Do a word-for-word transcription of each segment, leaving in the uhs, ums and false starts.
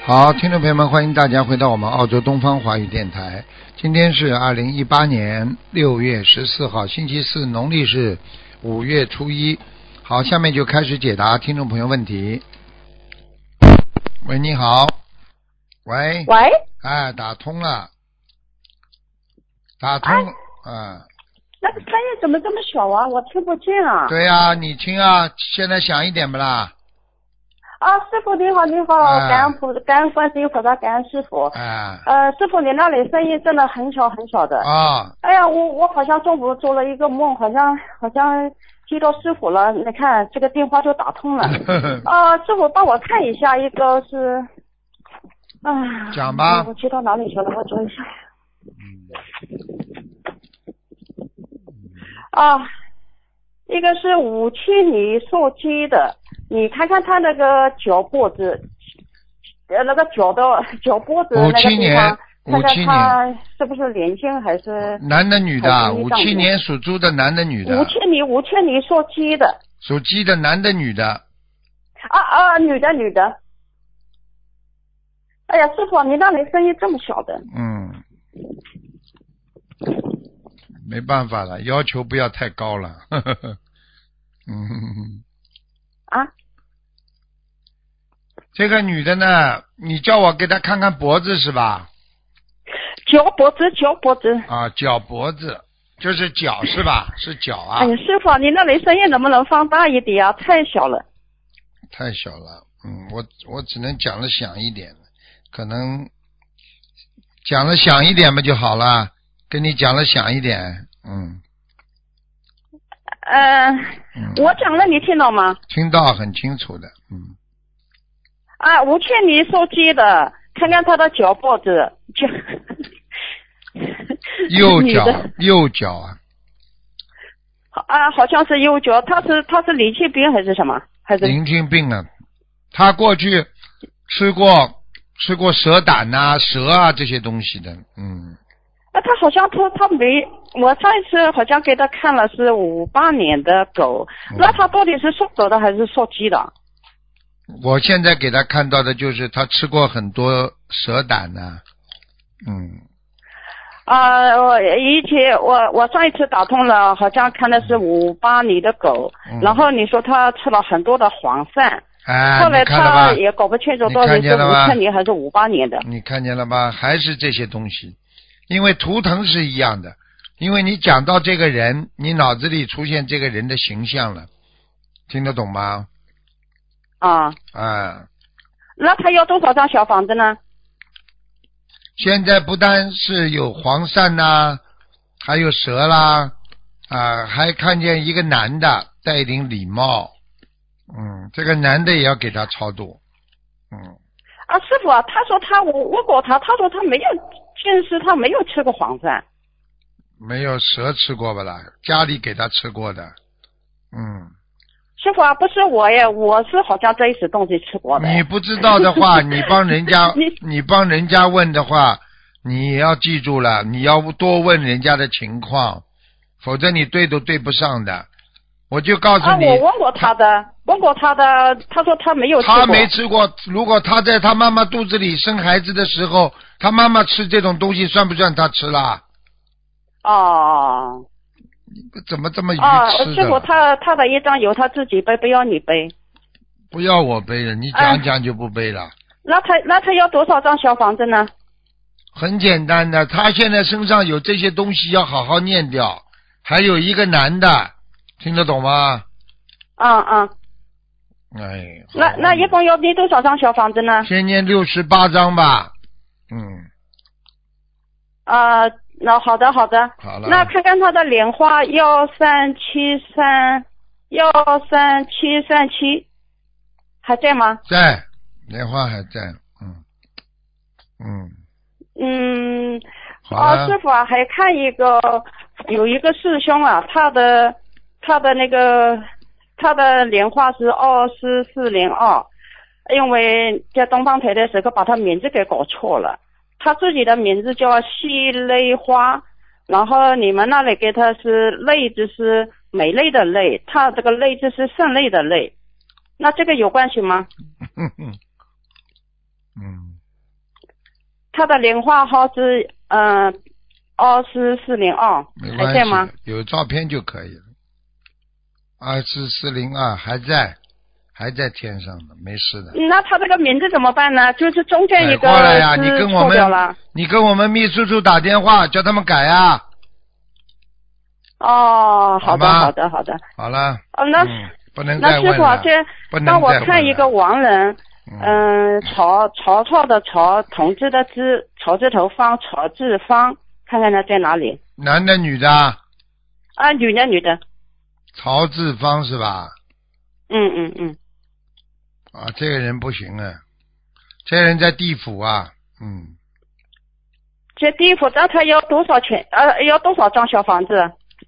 好，听众朋友们，欢迎大家回到我们澳洲东方华语电台。今天是二零一八年六月十四号，星期四，农历是五月初一。好，下面就开始解答听众朋友问题。喂，你好。喂。 喂。 哎，打通了。打通。 哎、 啊。 那个声音怎么这么小啊？我听不见啊。 对啊，你听啊，现在响一点不啦？ 啊，师傅你好，你好， 啊、 感恩菩感恩观世音菩萨，感恩师傅。 啊。 呃，师傅，你那里声音真的很小很小的。 啊。 哎呀，我我好像中午做了一个梦，好像好像接到师傅了。你看这个电话就打通了。啊、呃，师傅帮我看一下，一个是，啊。 讲吧。 我接到哪里去了？我找一下。 嗯。 啊，一个是五七年属鸡的。你看看他那个脚脖子，呃，那个脚的脚脖子那个地方，看看他是不是年轻还是男的女的？五七年属猪的男的女的？ 五七年五七年属鸡的。 属鸡的男的女的？ 啊啊，女的女的。哎呀，师傅，你那里声音这么小的？ 嗯，没办法了，要求不要太高了。呵呵呵嗯。 啊， 这个女的呢，你叫我给她看看脖子是吧？ 脚脖子，脚脖子。 啊，脚脖子就是脚是吧？是脚啊。 哎呀，师傅，你那里声音能不能放大一点啊？太小了。 太小了，嗯，我我只能讲了响一点，可能讲了响一点嘛就好了，跟你讲了响一点，嗯。 呃，嗯、我讲了你听到吗？ 听到很清楚的，嗯。 啊，吴倩妮手机的，看看她的脚脖子，就右脚，右脚啊。 啊，好像是右脚，她是她是灵性病还是什么？还是灵性病啊？她过去吃过吃过蛇胆呐、啊、蛇啊这些东西的，嗯。 啊，她好像她她没。我上一次好像给他看了是五八年的狗，嗯、那他到底是属狗的还是属鸡的？ 我现在给他看到的就是他吃过很多蛇胆呢、啊，嗯。 啊、呃，我以前我我上一次打通了，好像看的是五八年的狗，嗯、然后你说他吃了很多的黄鳝， 哎， 后来他也搞不清楚到底是五七年还是五八年的。 你看见了吧？还是这些东西，因为图腾是一样的。因为你讲到这个人，你脑子里出现这个人的形象了，听得懂吗？ 啊。 啊。 那他要多少张小房子呢？ 现在不单是有黄鳝呐、啊，还有蛇啦，啊，还看见一个男的戴一顶礼帽，嗯，这个男的也要给他超度，嗯。 啊，师傅啊，他说他我问过他，他说他没有见识，他没有吃过黄鳝。 没有蛇吃过吧啦？家里给他吃过的，嗯。 师傅啊，不是我耶，我是好像这一时东西吃过的。 你不知道的话，你帮人家，你你帮人家问的话，你要记住了，你要多问人家的情况，否则你对都对不上的。我就告诉你， 啊，我问过他的，问过他的，他说他没有吃过。 他没吃过。如果他在他妈妈肚子里生孩子的时候，他妈妈吃这种东西，算不算他吃了？ 哦， 怎么这么愚痴的？ 啊，师傅，他他的一张由他自己背，不要你背。 不要我背了，你讲讲就不背了。啊、 那他那他要多少张小房子呢？ 很简单的，他现在身上有这些东西要好好念掉。还有一个男的，听得懂吗？ 啊啊。 哎。 那那一共要念多少张小房子呢？ 先念六十八张吧。嗯。 啊。那好的好的， 好了。 那看看他的莲花幺三七三幺三七三七还在吗？ 在，莲花还在，嗯嗯嗯。 好了。 哦，师傅啊，还看一个有一个师兄啊，他的他的那个他的莲花是二四四零二，因为在东方台的时候把他名字给搞错了。他自己的名字叫西蕾花，然后你们那里给他是类字是美类的类，他这个类字是胜利的类，那这个有关系吗？ 嗯， 他的莲花号是嗯二四四零二，还没关在吗？ 系，有照片就可以了。二四四零二还在，还在天上呢，没事的。 那他这个名字怎么办呢？就是中间一个改过来呀，你是跟我错掉了们，你跟我们秘书处打电话，叫他们改啊。 哦，好的好吗好的好的。 好了。 哦，那、 嗯、不能那师傅啊， 再问了。 这不能帮我再问了看一个亡人， 嗯， 嗯，曹曹操的曹，同志的志，草字头方，曹志芳，看看他在哪里？ 男的女的啊？ 啊，女的女的。 曹志芳是吧？ 嗯嗯嗯。 啊，这个人不行啊，这个人在地府啊，嗯。 这地府，那他要多少钱？呃，要多少张小房子？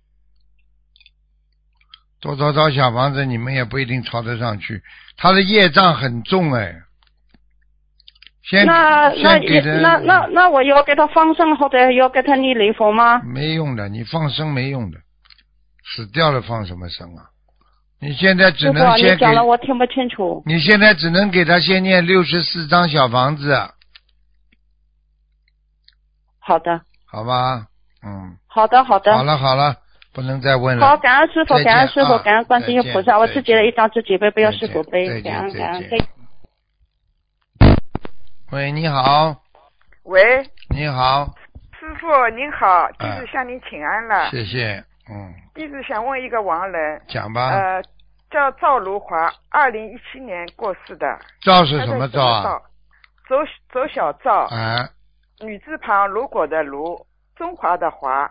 多少套小房子你们也不一定抄得上去，他的业障很重哎。先那那先给他那那那我要给他放生或者要给他念礼佛吗？ 没用的，你放生没用的，死掉了放什么生啊？你现在只能先给， 师傅，你讲了我听不清楚。 你现在只能给他先念六十四张小房子。 好的。 好吧，嗯。 好的好的。 好了好了，不能再问了。 好，感恩师傅，感恩师傅， 啊、 感恩观世音菩萨，我自己的一张自己背，不要师傅背， 感恩感恩。 喂，你好。 喂。 你好。 师傅您好，弟子向您请安了。 啊、谢谢，嗯。 弟子想问一个亡人。 讲吧。 呃，叫赵如华，二零一七年过世的。 赵是什么赵啊？ 周周小赵。 哎。 女字旁，如果的如，中华的华。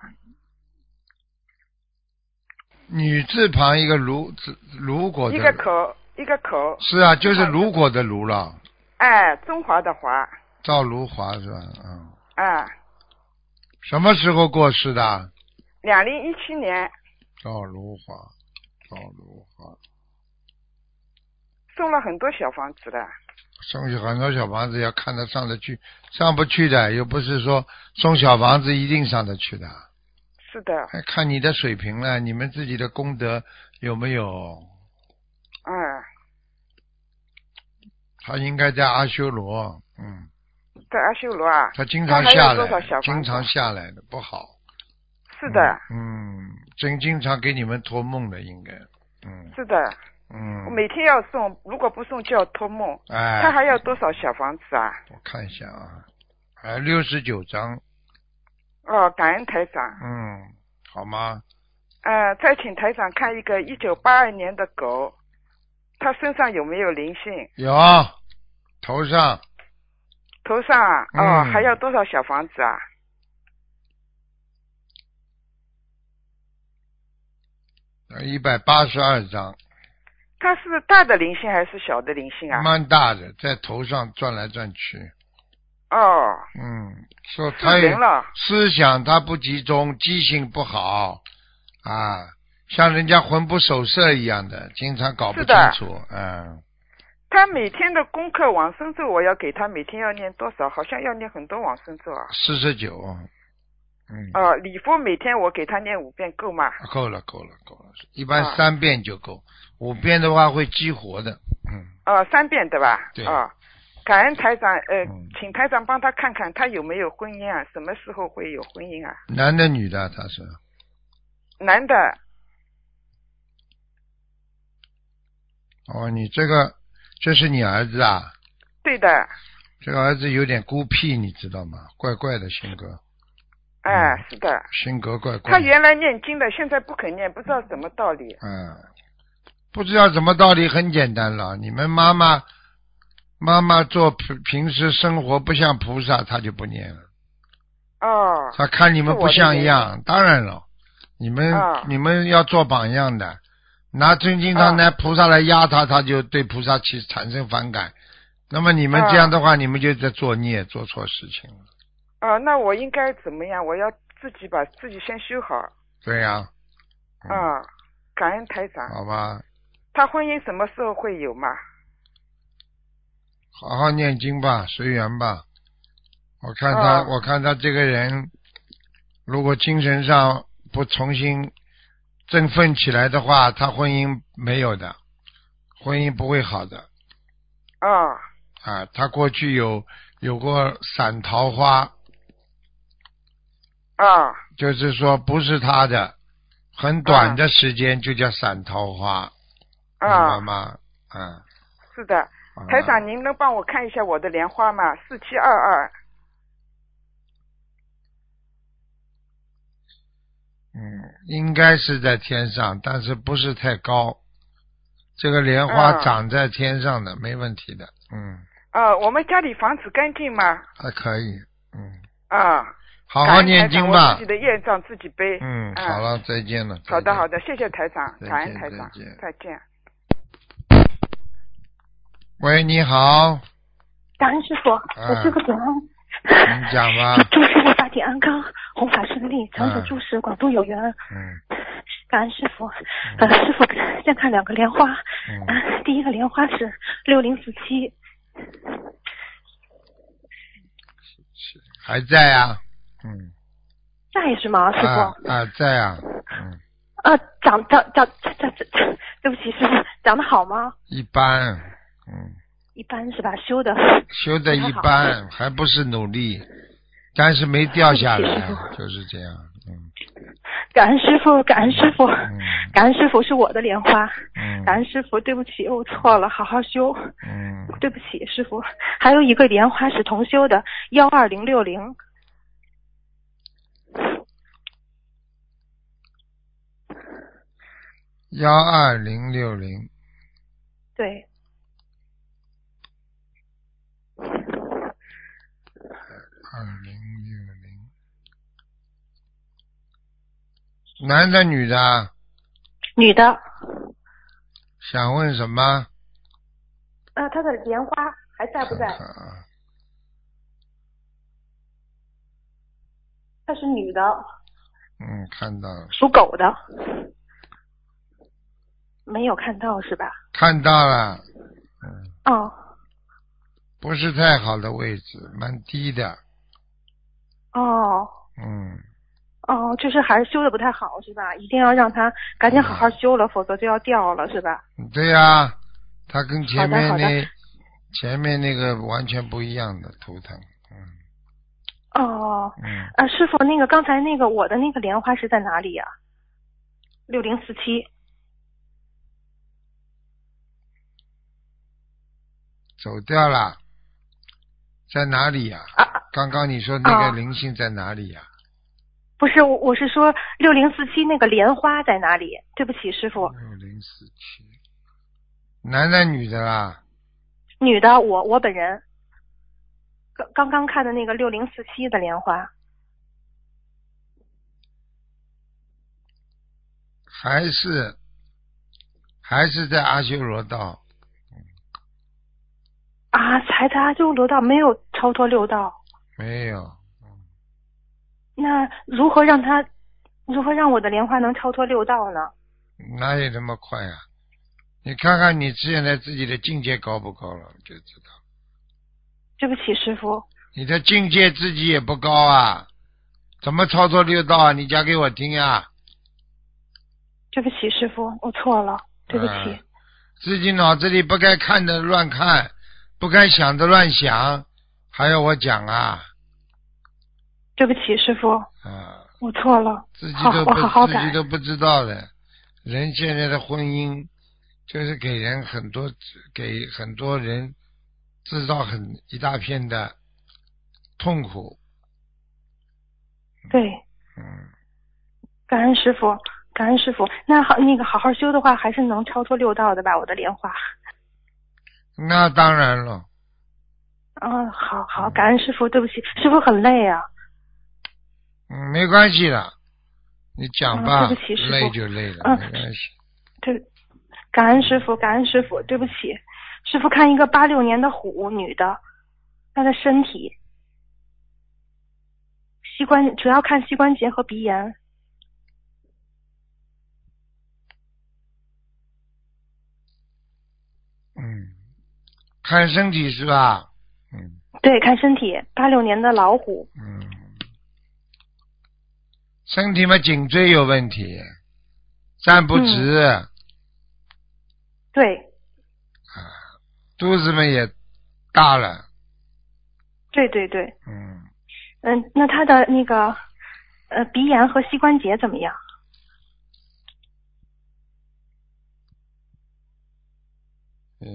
女字旁一个如字，如果的一个口，一个口。 是啊，就是如果的如了。 哎，中华的华。 赵如华是吧？嗯。 啊。 什么时候过世的？ 两零一七年。 赵如华，赵如华。 送了很多小房子的。 送去很多小房子要看得上得去，上不去的又不是说送小房子一定上得去的。 是的。 还看你的水平了，你们自己的功德有没有？ 嗯。 他应该在阿修罗，嗯。 在阿修罗啊。 他经常下来， 他经常下来的不好。 是的。 嗯，真经常给你们托梦的，应该。嗯。 是的。 嗯， 我每天要送，如果不送就要托梦。 哎， 他还要多少小房子啊？ 我看一下啊，还六十九张。 哦，感恩台长。 嗯，好吗？ 呃，再请台长看一个一九八二年的狗，它身上有没有灵性？ 有，头上。 头上啊？哦、 嗯， 还要多少小房子啊？ 一百八十二张。 它是大的灵性还是小的灵性啊？ 蛮大的，在头上转来转去。 哦。 嗯，说他思想他不集中，记性不好啊，像人家魂不守舍一样的，经常搞不清楚。嗯。 他每天的功课往生咒，我要给他每天要念多少？好像要念很多往生咒啊。 四十九。嗯。 哦、呃，礼佛每天我给他念五遍够吗？ 够了，够了，够了，一般三遍就够。啊，五遍的话会激活的，嗯。 哦、呃，三遍对吧？ 对。 哦，感恩台长，呃、 嗯， 请台长帮他看看他有没有婚姻啊？什么时候会有婚姻啊？ 男的女的？他是。 男的。 哦，你这个这是你儿子啊？ 对的。 这个儿子有点孤僻，你知道吗？怪怪的性格。 哎、 嗯， 是的。 性格怪怪。 他原来念经的，现在不肯念，不知道什么道理。 嗯。不知道什么道理，很简单了。你们妈妈妈妈做平平时生活不像菩萨，她就不念了。 哦。 她看你们不像样，当然了，你们、哦、你们要做榜样的。拿真经常拿菩萨来压他，他就对菩萨起产生反感。那么你们这样的话，你们就在作孽，做错事情了。 哦，那我应该怎么样？我要自己把自己先修好。 对呀、啊。 嗯、哦，感恩台长。 好吧。 他婚姻什么时候会有嘛？ 好好念经吧，随缘吧。我看他， 哦、 我看他这个人，如果精神上不重新振奋起来的话，他婚姻没有的，婚姻不会好的。 啊、哦。 啊，他过去有有过闪桃花， 啊就是说不是他的，很短的时间就叫闪桃花，明白啊， 吗？嗯， 是的。 好了台长，您能帮我看一下我的莲花吗？四七二二。 嗯，应该是在天上，但是不是太高。这个莲花嗯长在天上的，没问题的。嗯， 呃，我们家里房子干净吗？ 还可以。嗯， 啊， 好好念经吧感恩台长，我自己。的业障自己背。 嗯， 嗯好了，再见了。 好的， 再见好的，谢谢台长， 再感恩见台长再见， 再见。 喂，你好， 感恩师傅，我师傅平安。 你讲吧。 祝师傅法体安康，弘法顺利，长久住世，广度有缘。 嗯。 感恩师傅。呃，师傅先看两个莲花。 嗯。 呃、第一个莲花是六零四七。 还在啊。嗯。 在是吗，师傅？ 啊啊，在啊。嗯。 啊，长长长长长，对不起，师傅，长得好吗？ 一般。嗯。 一般是吧？修的。 修的一般，还不是努力，但是没掉下来，就是这样。嗯。 感恩师傅，感恩师傅， 嗯、 感恩师傅是我的莲花。 嗯。 感恩师傅，对不起，我错了，好好修。 嗯。 对不起，师傅。还有一个莲花是同修的，幺二零六零。 幺二零六零。 对。 二零六零。男的女的？ 女的。 想问什么？ 啊，他的莲花还在不在？ 看看啊。 她是女的。 嗯，看到了。 属狗的。没有看到是吧？ 看到了。嗯。 哦。 不是太好的位置，蛮低的。 哦。 嗯。 哦，就是还是修的不太好是吧？一定要让他赶紧好好修了，嗯、否则就要掉了是吧？ 对呀、啊，他跟前面那好前面那个完全不一样的图腾。嗯。 哦。 嗯。 啊，师傅，那个刚才那个我的那个莲花是在哪里呀、啊？六零四七。 走掉了。在哪里呀、 啊？ 刚刚你说那个灵性在哪里呀、啊？ 不是，我我是说六零四七那个莲花在哪里？对不起，师傅。 六零四七，男的女的啦？ 女的，我我本人。刚刚刚看的那个六零四七的莲花。 还是还是在阿修罗道。 啊，才在阿修罗道，没有超脱六道。 没有。 那如何让他，如何让我的莲花能超脱六道呢？ 哪有这么快啊？你看看你现在自己的境界高不高了，就知道。 对不起，师傅。 你的境界自己也不高啊，怎么超脱六道啊？你讲给我听啊。 对不起，师傅，我错了，对不起。 啊、自己脑子里不该看的乱看，不该想的乱想，还要我讲啊？ 对不起，师傅。 啊， 我错了。 自己都不好，我好好改。 自己都不知道的。人现在的婚姻就是给人很多，给很多人制造很一大片的痛苦。 对。 嗯。 感恩师傅，感恩师傅。那好，那个好好修的话，还是能超脱六道的吧？我的莲花。 那当然了。 嗯，好好，感恩师傅。对不起，师傅很累啊。 嗯，没关系的，你讲吧。 嗯、对不起，师傅。 累就累了， 嗯、 没关系。 对，感恩师傅，感恩师傅。对不起，师傅看一个八六年的虎女的，她的身体，膝关主要看膝关节和鼻炎。 嗯，看身体是吧？嗯。 对，看身体，八六年的老虎。 嗯。身体嘛，颈椎有问题，站不直。 嗯、对。 啊，肚子嘛也大了。 对对对。 嗯。 嗯，那他的那个呃鼻炎和膝关节怎么样？ 嗯，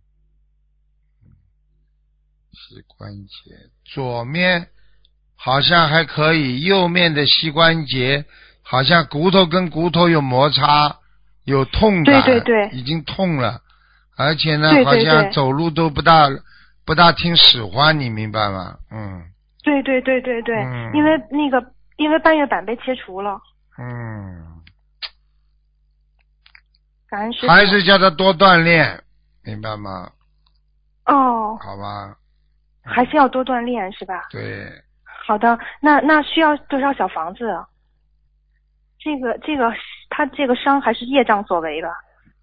膝关节左面好像还可以，右面的膝关节好像骨头跟骨头有摩擦，有痛感， 对对对， 已经痛了，而且呢， 对对对好像走路都不大不大听使唤，你明白吗？嗯。 对对对对对， 嗯、 因为那个因为半月板被切除了。 嗯。 感恩师父。 还是叫他多锻炼，明白吗？ 哦。 好吧。 嗯、还是要多锻炼是吧？ 对。 好的，那那需要多少小房子？这个这个他这个伤还是业障所为的。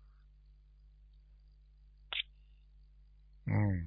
嗯。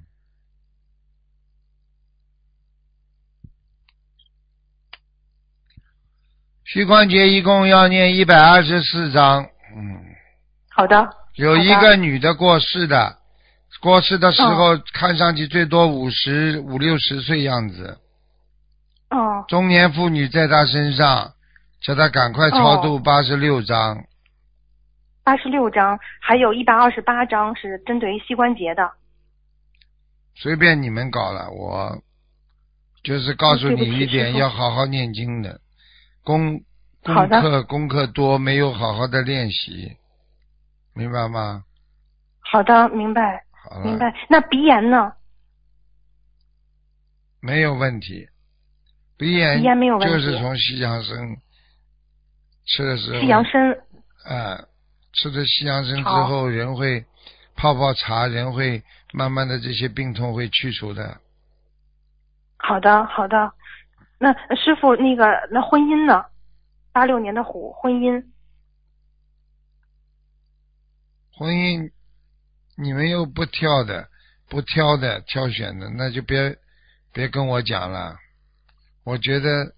膝关节一共要念一百二十四章。嗯。 好的。 有一个女的过世的，过世的时候、 哦、 看上去最多五十五六十岁样子。 哦。 中年妇女在她身上，叫她赶快超度八十六章。 八十六章，还有一百二十八章是针对于膝关节的。 随便你们搞了，我就是告诉你一点，要好好念经的，功功课功课多，没有好好的练习，明白吗？ 好的，明白。 好了， 明白。那鼻炎呢？ 没有问题，鼻炎鼻炎没有问题， 就是从西洋参吃的时候， 西洋参啊，吃的西洋参之后，人会泡泡茶，人会慢慢的这些病痛会去除的。 好的，好的。那师父，那个那婚姻呢？八六年的虎，婚姻。 婚姻，你们又不挑的，不挑的，挑选的，那就别别跟我讲了。我觉得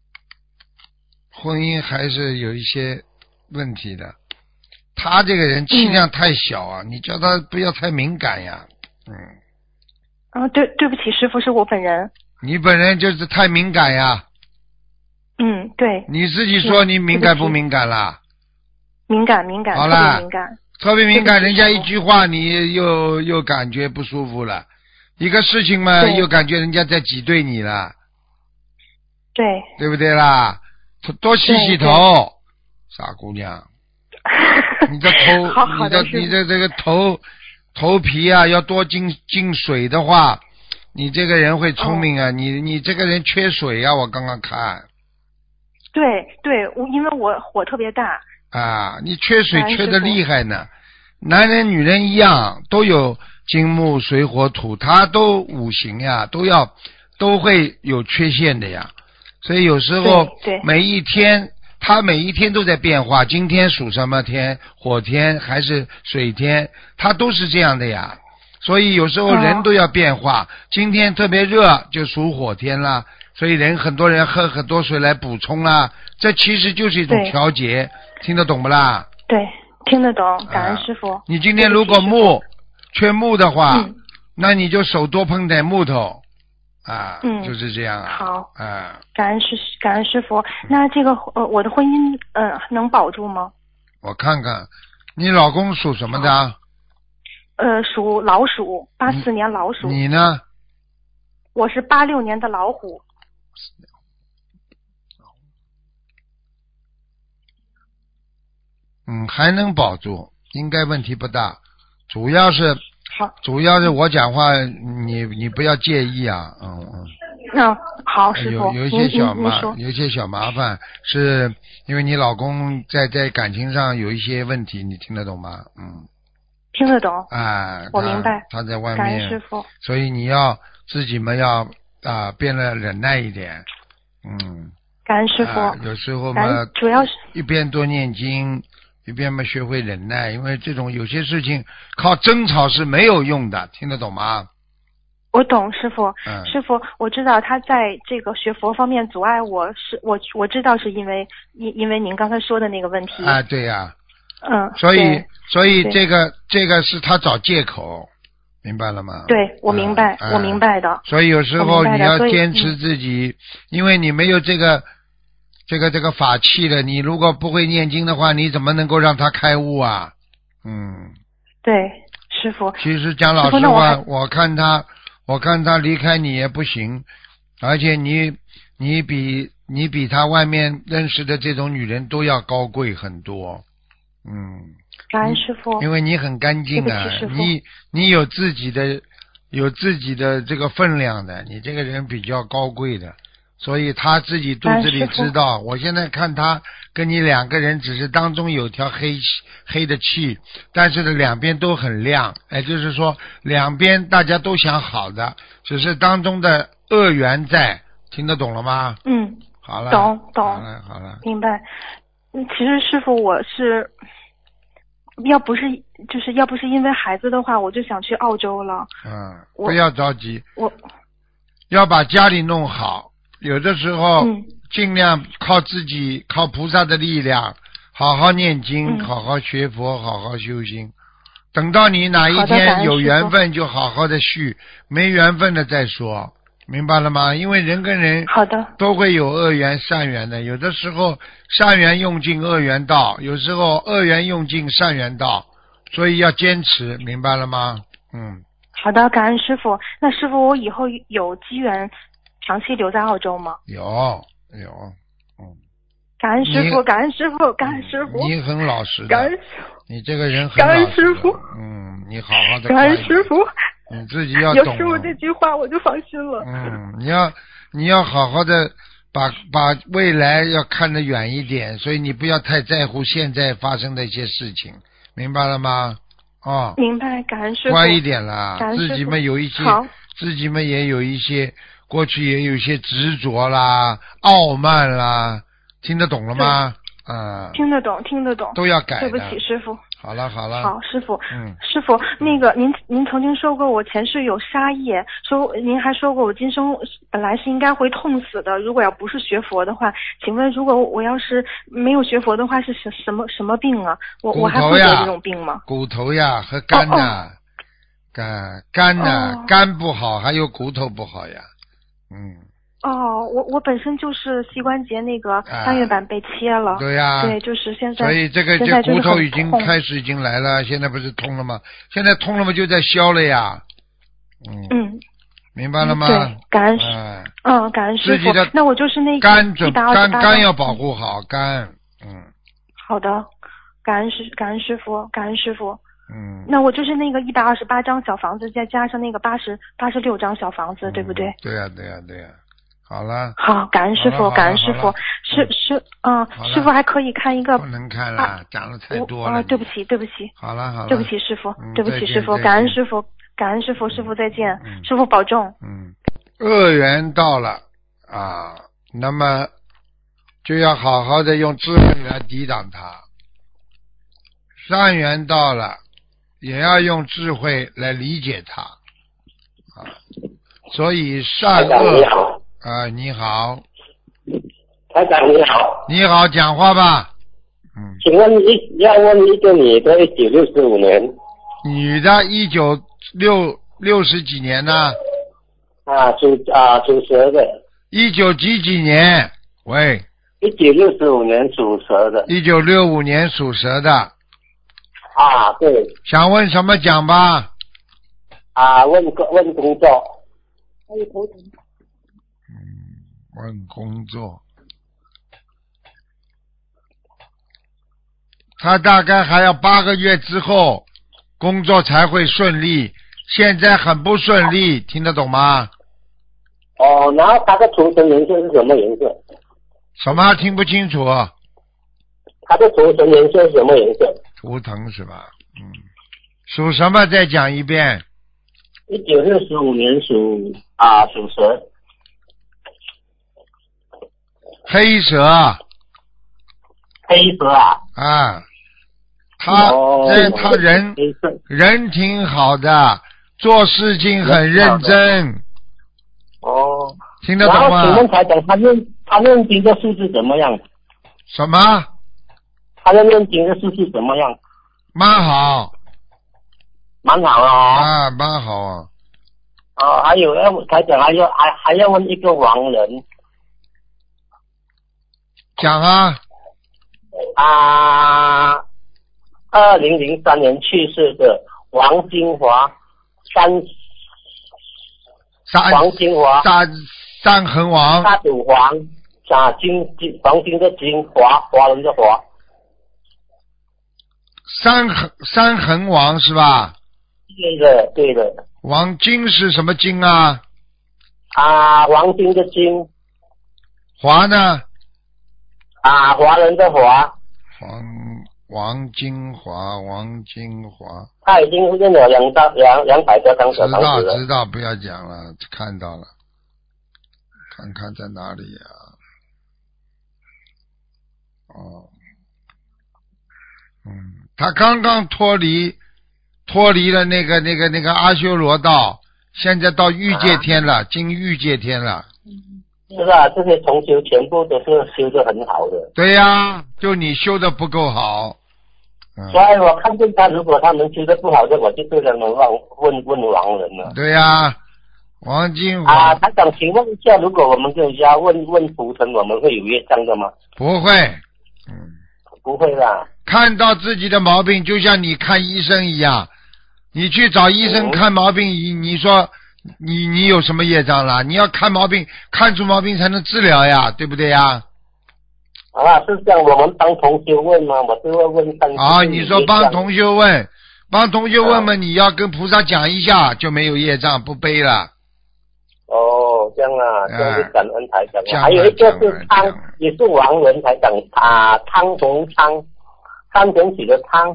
婚姻还是有一些问题的。他这个人气量太小啊，嗯、你叫他不要太敏感呀。嗯。 啊，对，对不起，师父，是我本人。 你本人就是太敏感呀。 嗯，对。 你自己说你敏感不敏感啦？ 敏感，敏感，特别敏感。 特别敏感，人家一句话你又又感觉不舒服了，一个事情嘛又感觉人家在挤兑你了。 对。 对不对啦？多洗洗头，傻姑娘。你的头， 好好的你的你的这个头头皮啊，要多进进水的话，你这个人会聪明啊。哦、你你这个人缺水啊，我刚刚看。 对对，我因为我火特别大。 啊，你缺水缺的厉害呢。男人女人一样，都有金木水火土，他都五行呀，都要都会有缺陷的呀。所以有时候每一天。它每一天都在变化，今天属什么天，火天还是水天，它都是这样的呀。所以有时候人都要变化，哦、今天特别热就属火天啦，所以人很多人喝很多水来补充啦，这其实就是一种调节，听得懂不啦？ 对，听得懂，感恩师父。 啊、你今天如果木缺木的话、嗯，那你就手多碰点木头。啊， 嗯， 就是这样啊。 好， 啊， 感恩师感恩师傅。那这个呃，我的婚姻呃能保住吗？ 我看看，你老公属什么的？ 呃，属老鼠，八四年老鼠。 你呢？ 我是八六年的老虎。 嗯，还能保住，应该问题不大，主要是。 好， 主要是我讲话，你你不要介意啊，嗯嗯。 嗯，好，师傅。 有有一些小麻，有一些小麻烦，是因为你老公在在感情上有一些问题，你听得懂吗？嗯。 听得懂。 啊， 我明白。 他在外面， 感恩师傅。 所以你要自己们要啊变得忍耐一点，嗯。 感恩师傅。 啊、有时候嘛， 主要是一边多念经。一边嘛学会忍耐，因为这种有些事情靠争吵是没有用的，听得懂吗？ 我懂，师傅。 嗯， 师傅，我知道他在这个学佛方面阻碍我，是我我知道是因为因因为您刚才说的那个问题。 啊，对呀、 啊。嗯。 所以所以这个这个是他找借口， 明白了吗？ 对，我明白， 嗯、 我明白的。 所以有时候你要坚持自己， 嗯、 因为你没有这个这个这个法器的，你如果不会念经的话，你怎么能够让他开悟啊？嗯， 对，师傅。 其实讲老实话，我, 我看他，我看他离开你也不行，而且你你比你比他外面认识的这种女人都要高贵很多。嗯， 感恩师傅， 因为你很干净啊，你你有自己的有自己的这个分量的，你这个人比较高贵的，所以他自己肚子里知道。我现在看他跟你两个人只是当中有条黑黑的气，但是呢两边都很亮，也就是说两边大家都想好的，只是当中的恶缘在，听得懂了吗？ 嗯， 好了， 懂懂， 好了好了， 明白。嗯，其实师傅我是。要不是就是要不是因为孩子的话，我就想去澳洲了。 嗯，不要着急， 我要把家里弄好。有的时候， 嗯， 尽量靠自己，靠菩萨的力量，好好念经， 嗯、 好好学佛，好好修心。等到你哪一天有缘分，就好好的续；没缘分的再说。明白了吗？因为人跟人好的都会有恶缘善缘的，有的时候善缘用尽恶缘到，有时候恶缘用尽善缘到，所以要坚持，明白了吗？嗯。 好的，感恩师傅。那师傅，我以后有机缘长期留在澳洲吗？ 有有，嗯。 感恩师傅，感恩师傅，感恩师傅。 你很老实的， 感恩你这个人很老实的。 感恩师傅。 嗯，你好好的。 感恩师傅。 你自己要懂。 有师傅这句话我就放心了。 嗯，你要你要好好的把把未来要看得远一点，所以你不要太在乎现在发生的一些事情，明白了吗？哦。 明白，感恩师傅。 乖一点啦， 感恩师傅。 自己们有一些， 好自己们也有一些，过去也有一些执着啦、傲慢啦，听得懂了吗？啊、嗯， 听得懂，听得懂， 都要改的。 对不起，师傅。 好了好了。 好，师傅。 嗯。 师傅，那个您您曾经说过我前世有杀业，说您还说过我今生本来是应该会痛死的，如果要不是学佛的话，请问如果我要是没有学佛的话是什什么什么病啊？我我还会得这种病吗？ 骨头呀和肝呐、啊哦哦，肝肝呐、啊哦，肝不好还有骨头不好呀，嗯。 哦，我我本身就是膝关节那个半月板被切了， 啊、对呀、啊， 对，就是现在， 所以这个这骨头已经开始已经来了，现在不是通了吗？现在通了吗？就在消了呀，嗯， 嗯， 明白了吗？ 对，感恩师，嗯，嗯感恩师傅。那我就是那个肝准肝肝要保护好肝，嗯。 好的，感恩师感恩师傅，感恩师傅。 嗯， 那我就是那个一百二十八张小房子，再加上那个八十八十六张小房子， 嗯、 对不对？ 对呀、啊，对呀、啊，对呀、啊。好了， 好，感恩师傅，感恩师傅，师师，嗯，师傅还可以看一个， 不能看了，讲的太多了。 啊，对不起，对不起。 好了好了， 对不起师傅， 嗯、 对不起师傅，感恩师傅，感恩师傅，师傅再见， 嗯、 师傅保重。 嗯，恶缘到了啊，那么就要好好的用智慧来抵挡它；善缘到了，也要用智慧来理解它。啊，所以善恶。啊、呃，你好， 台长你好， 你好，讲话吧。嗯， 请问一要问一个女的，一九六十五年， 女的，一九六六十几年呢？ 啊，属啊属蛇的。 一九几几年？喂。 一九六十五年属蛇的。 一九六五年属蛇的。 啊，对。 想问什么讲吧？ 啊，问问工作。还有头疼。 问工作，他大概还要八个月之后工作才会顺利，现在很不顺利，听得懂吗？ 哦，然后他的图腾颜色是什么颜色？ 什么听不清楚？ 他的图腾颜色是什么颜色？ 图腾是吧？嗯，属什么？再讲一遍。 一九六十五年属啊属蛇。 黑蛇， 黑蛇啊！ 啊，他这、哦、他人人挺好的，做事情很认真。 哦， 听得懂吗？ 然后请问台长，他念他念经的数字怎么样？ 什么？ 他的念经的数字怎么样？ 蛮好。 蛮好了哦。 啊，蛮好啊。 哦，还有要台长还要还还要问一个亡人讲啊。 啊，二零零三年去世的王金华，三三王金华， 三三横王。 大主黄，啊金金黄金的金，华华人的华。 三横三横王是吧？ 对的，对的。 王金是什么金啊？ 啊，黄金的金。 华呢？ 啊，华人的华。 黄王金华，王金华。 他已经认了两张两两百多张小房子了。 知道知道，不要讲了，看到了，看看在哪里呀、啊？哦，嗯，他刚刚脱离脱离了那个那个那个阿修罗道，现在到欲界天了，进欲界天了。 是啊，这些重修全部都是修得很好的。 对呀、啊，就你修的不够好。嗯、 所以我看见他，如果他们修得不好的，我就对他们问问问亡人了。 对呀、啊，王金华。 啊，台长，请问一下，如果我们跟人家问问图腾，我们会有业障的吗？ 不会。嗯， 不会啦。 看到自己的毛病，就像你看医生一样，你去找医生看毛病，你、嗯、你说你你有什么业障啦？你要看毛病，看出毛病才能治疗呀，对不对呀？ 啊，是这样，我们帮同学问吗？我就会问看。 啊，你说帮同学问，帮同学问嘛、啊，你要跟菩萨讲一下，就没有业障，不背了。 哦，这样啊，这样就感恩台长、 啊。 还有一个是汤，也是亡人台长啊，汤洪昌，汤泉水的汤。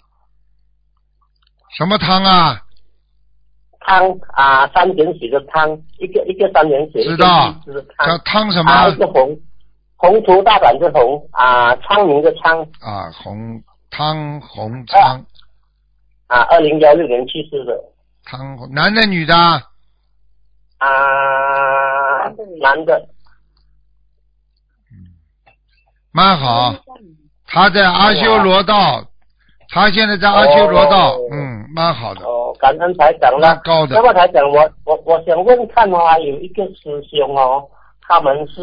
什么汤啊？ 汤啊，三点水的汤，一个一个三点水， 知道，叫汤什么？ 啊，一个红，宏图大展的宏啊，昌明的昌。 啊，洪汤洪昌。 啊，二零幺六年去世的。 汤男的女的？ 啊，男的。 嗯，蛮好。他在阿修罗道，他现在在阿修罗道，哦、嗯，蛮好的。 哦，感恩台长了。 高的。 那么台长，我我我想问看哦，有一个师兄哦，他们是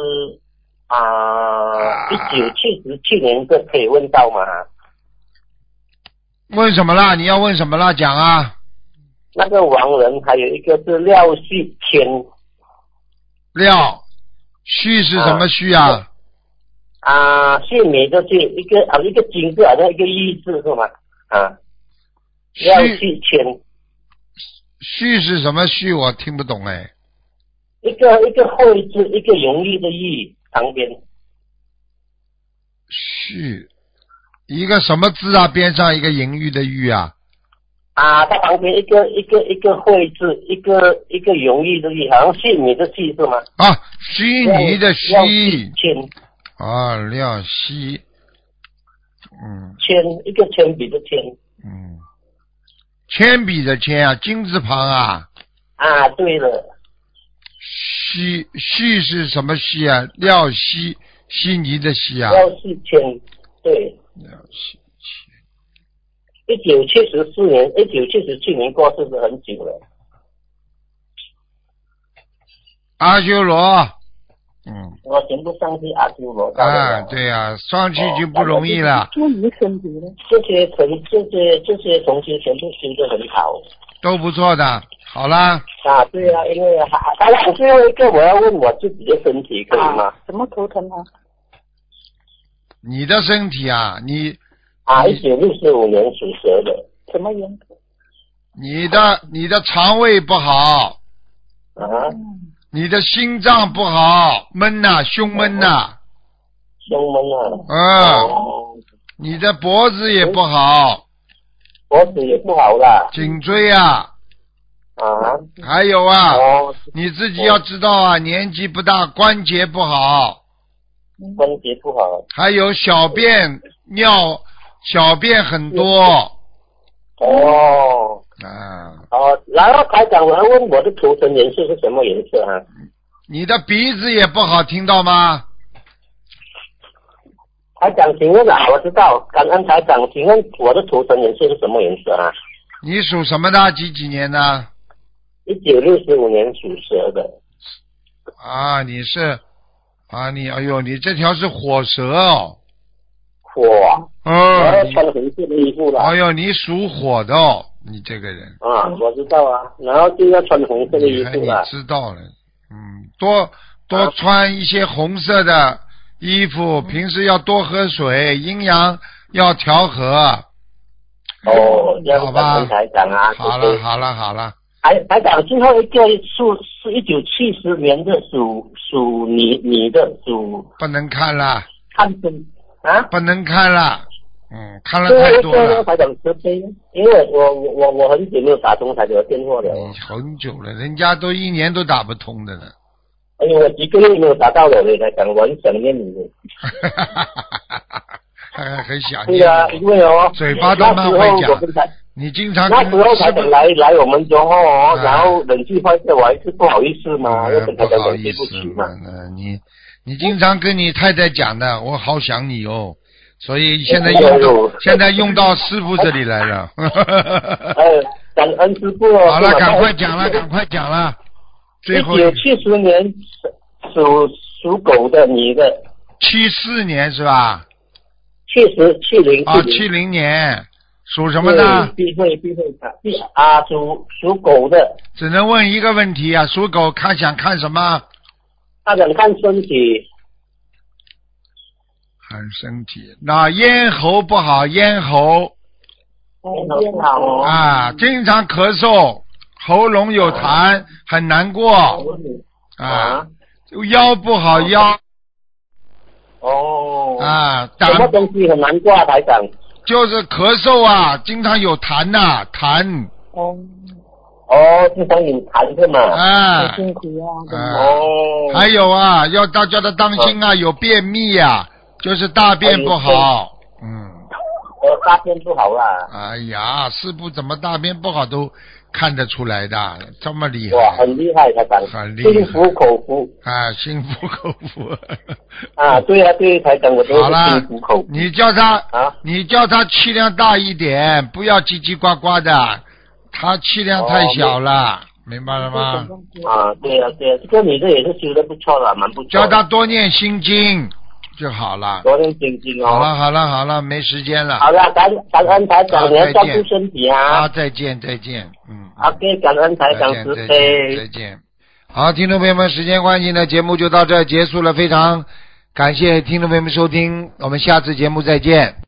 啊，一九七十七年的，可以问到吗？ 问什么啦？你要问什么啦？讲啊。 那个亡人还有一个是廖旭谦。 廖旭是什么旭啊？ 啊，姓名的姓，一个啊一个金字，好像一个玉字是吗？啊，廖旭谦。 旭是什么旭？我听不懂哎。 一个一个会字，一个容易的易旁边。 旭，一个什么字啊？边上一个淫欲的欲啊？ 啊，它旁边一个一个一个会字，一个一个容易的易，好像虚拟的虚是吗？ 啊，虚拟的虚。 谦。 啊，廖希。嗯。 铅，一个铅笔的铅。 嗯。铅笔的铅啊，金字旁啊。 啊，对了。 虚虚是什么虚啊？廖希，悉尼的希啊。 廖希谦，对。 廖希谦。 一九七十四年，一九七十七年过世是很久了。 阿修罗。嗯， 我全部上去阿修罗道啊，对呀、啊，上去就不容易了。 做你身体了，这些同这些这些同学全部修得很好， 都不错的。好啦。 啊，对啊，因为还还有最后一个，我要问我自己的身体可以吗？啊、 什么图腾啊？ 你的身体啊，你啊，一九六十五年属蛇的， 什么颜色？ 你的你的肠胃不好。 啊。 你的心脏不好，闷呐、啊，胸闷呐、啊， 胸闷啊。 嗯、哦，你的脖子也不好， 脖子也不好啦。 颈椎啊。 啊。 还有啊、 哦， 你自己要知道啊，年纪不大，关节不好。 关节不好。 还有小便尿，小便很多。 哦。 啊， 哦，然后台长，我要问我的图腾颜色是什么颜色啊？ 你的鼻子也不好，听到吗？ 台长，请问啊，我知道，感恩台长，请问我的图腾颜色是什么颜色啊？ 你属什么的？几几年的？ 一九六五年属蛇的。 啊，你是啊，你哎呦，你这条是火蛇哦。 火。 嗯。 我要穿红色的衣服了。 哎呦，你属火的哦，你这个人。 啊，我知道啊，然后就要穿红色的衣服了。 你知道了，嗯，多多穿一些红色的衣服，啊、平时要多喝水，阴阳要调和。 哦， 好吧， 台长啊， 好了好了好了。 台台长最后一个数是一九七十年的属属你你的属。 不能看了。 看分啊？ 不能看了。嗯，看了太多了。 台长慈悲，因为我我我我很久没有打通台长的电话了。 你很久了，人家都一年都打不通的了。 哎呦，我几个月没有打到了，台长，我很想念你的。 还很想念。 对啊，因为哦， 嘴巴都蛮会讲。你经常那时候台长来来我们中哦，然后冷气坏掉，我还是不好意思嘛，要跟台长讲对不起嘛。 你你经常跟你太太讲的，我好想你哦。所以现在用到现在用到师傅这里来了。 哎，感恩师傅。 好了，赶快讲了，赶快讲了。最后。 一九七十年属属狗的你的。 七四年是吧？ 七十七零。 啊，七零年属什么呢？ 避讳避讳啊，属属狗的。 只能问一个问题啊，属狗看想看什么？ 他想看身体。 看身体，那咽喉不好，咽喉， 咽喉好啊，经常咳嗽，喉咙有痰，啊、很难过，啊，腰不好腰， 哦， 啊， 什么东西很难过啊，台长？ 就是咳嗽啊，经常有痰呐、啊，痰。 哦。哦，经常有痰是吗？ 啊， 辛苦啊。 哦。还有啊，要大家的当心啊，啊有便秘啊。就是大便不好，嗯， 我大便不好啦。 哎呀，师父怎么大便不好都看得出来的，这么厉害？ 哇，很厉害，台长， 很厉害， 心服口服啊，心服口服。 啊，对啊，对，台长，我都是心服口服。 你叫他啊， 你叫他气量大一点，不要叽叽呱呱的，他气量太小了，哦、明白了吗？ 啊，对啊，对啊，这个女的也是修得不错了，蛮不错。 叫他多念心经。就好了， 多念心经哦。 好了好了好了，没时间了。 好了，感感恩台长，你要照顾身体啊。 好，再见再见，嗯。 OK， 感恩台长慈悲。 再见。好，听众朋友们，时间关系呢，节目就到这儿结束了，非常感谢听众朋友们收听，我们下次节目再见。